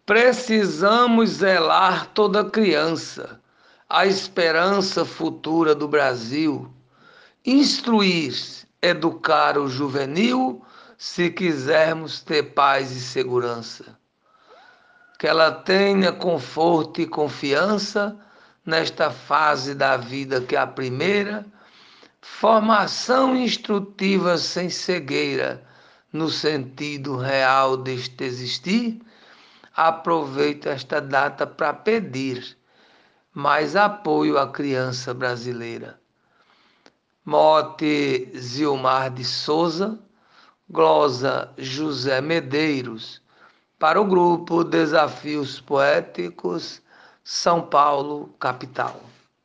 Precisamos zelar toda criança, a esperança futura do Brasil, instruir, educar o juvenil, se quisermos ter paz e segurança. Que ela tenha conforto e confiança nesta fase da vida que é a primeira, formação instrutiva sem cegueira, no sentido real deste existir. Aproveito esta data para pedir mais apoio à criança brasileira. Mote Zilmar de Souza, glosa José Medeiros, para o grupo Desafios Poéticos, São Paulo, capital.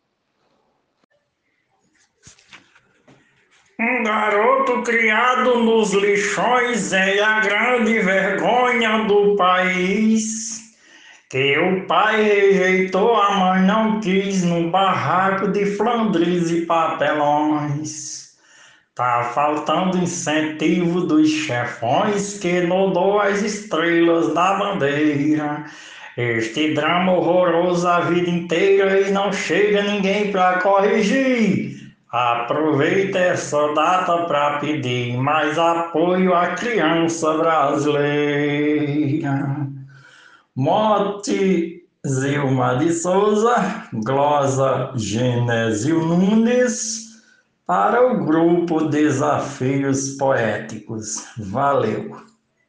Um garoto criado nos lixões é a grande vergonha do país. Que o pai rejeitou, a mãe não quis, no barraco de Flandres e papelões. Tá faltando incentivo dos chefões que nodou as estrelas da bandeira. Este drama horroroso a vida inteira e não chega ninguém pra corrigir. Aproveita essa data para pedir mais apoio à criança brasileira. Mote Zilma de Souza, glosa Genésio Nunes, para o grupo Desafios Poéticos. Valeu!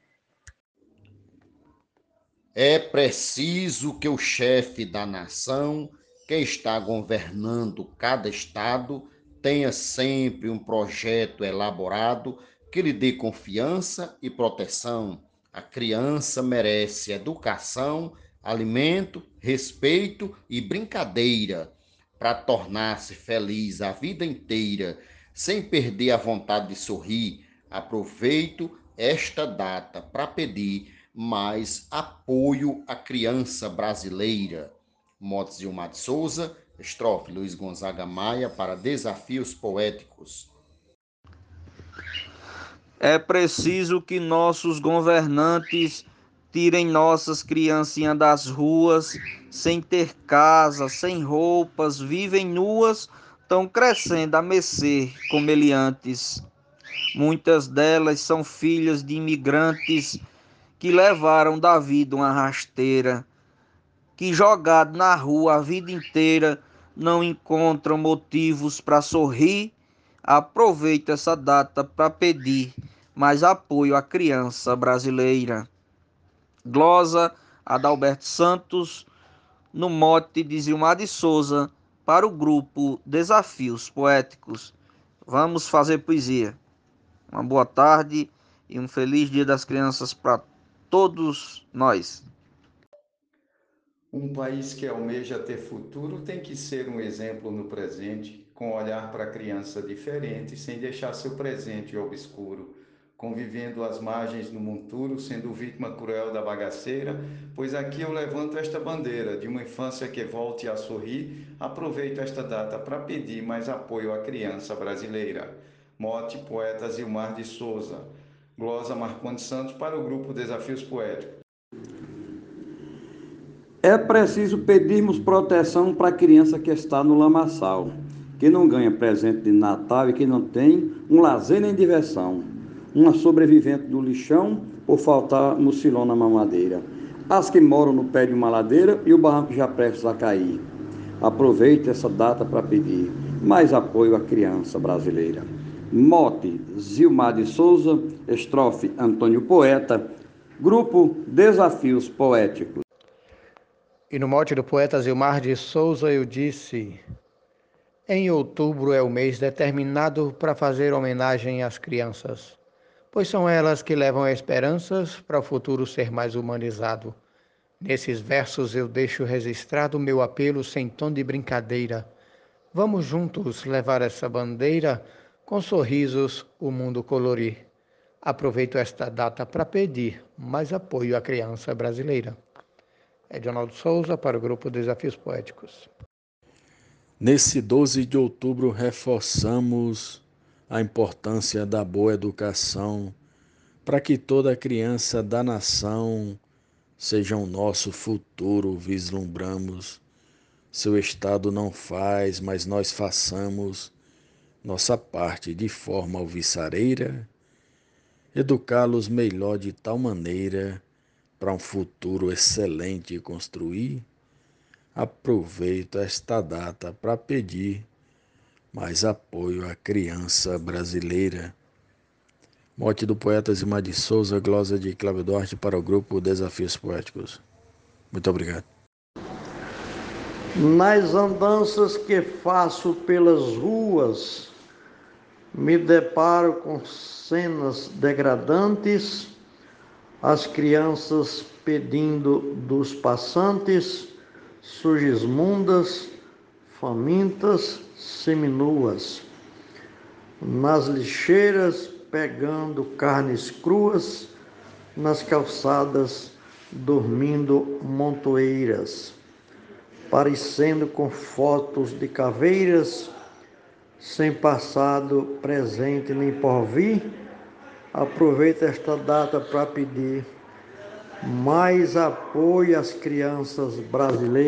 É preciso que o chefe da nação, que está governando cada estado, tenha sempre um projeto elaborado que lhe dê confiança e proteção. A criança merece educação, alimento, respeito e brincadeira para tornar-se feliz a vida inteira, sem perder a vontade de sorrir. Aproveito esta data para pedir mais apoio à criança brasileira. Motes Gilmar de Souza, estrofe Luiz Gonzaga Maia para Desafios Poéticos. É preciso que nossos governantes tirem nossas criancinhas das ruas, sem ter casa, sem roupas, vivem nuas, estão crescendo a mercê comeliantes. Muitas delas são filhas de imigrantes que levaram da vida uma rasteira, que jogado na rua a vida inteira não encontram motivos para sorrir. Aproveito essa data para pedir mais apoio à criança brasileira. Glosa Adalberto Santos, no mote de Zilmar de Souza, para o grupo Desafios Poéticos. Vamos fazer poesia. Uma boa tarde e um feliz Dia das Crianças para todos nós. Um país que almeja ter futuro tem que ser um exemplo no presente, com olhar para a criança diferente, sem deixar seu presente obscuro, convivendo às margens do monturo, sendo vítima cruel da bagaceira, pois aqui eu levanto esta bandeira de uma infância que volte a sorrir. Aproveito esta data para pedir mais apoio à criança brasileira. Mote, poeta Zilmar de Souza. Glosa Marcondes Santos para o grupo Desafios Poéticos. É preciso pedirmos proteção para a criança que está no lamaçal, que não ganha presente de Natal e que não tem um lazer nem diversão. Uma sobrevivente do lixão por faltar mucilão na mamadeira. As que moram no pé de uma ladeira e o barranco já prestes a cair. Aproveite essa data para pedir mais apoio à criança brasileira. Mote Zilmar de Souza, estrofe Antônio Poeta, grupo Desafios Poéticos. E no mote do poeta Zilmar de Souza eu disse: em outubro é o mês determinado para fazer homenagem às crianças, pois são elas que levam esperanças para o futuro ser mais humanizado. Nesses versos eu deixo registrado o meu apelo sem tom de brincadeira. Vamos juntos levar essa bandeira, com sorrisos o mundo colorir. Aproveito esta data para pedir mais apoio à criança brasileira. Edionaldo Souza para o grupo Desafios Poéticos. Nesse 12 de outubro reforçamos a importância da boa educação para que toda criança da nação sejam nosso futuro, vislumbramos. Seu Estado não faz, mas nós façamos nossa parte de forma alvissareira, educá-los melhor de tal maneira para um futuro excelente construir. Aproveito esta data para pedir mais apoio à criança brasileira. Mote do poeta Zimar de Souza, glosa de Cláudio Duarte para o grupo Desafios Poéticos. Muito obrigado. Nas andanças que faço pelas ruas, me deparo com cenas degradantes, as crianças pedindo dos passantes, sujesmundas, famintas, seminuas. Nas lixeiras, pegando carnes cruas, nas calçadas, dormindo montoeiras, parecendo com fotos de caveiras, sem passado, presente nem porvir. Aproveito esta data para pedir mais apoio às crianças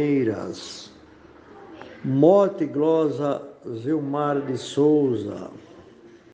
brasileiras. Mote glosa Zilmar de Souza.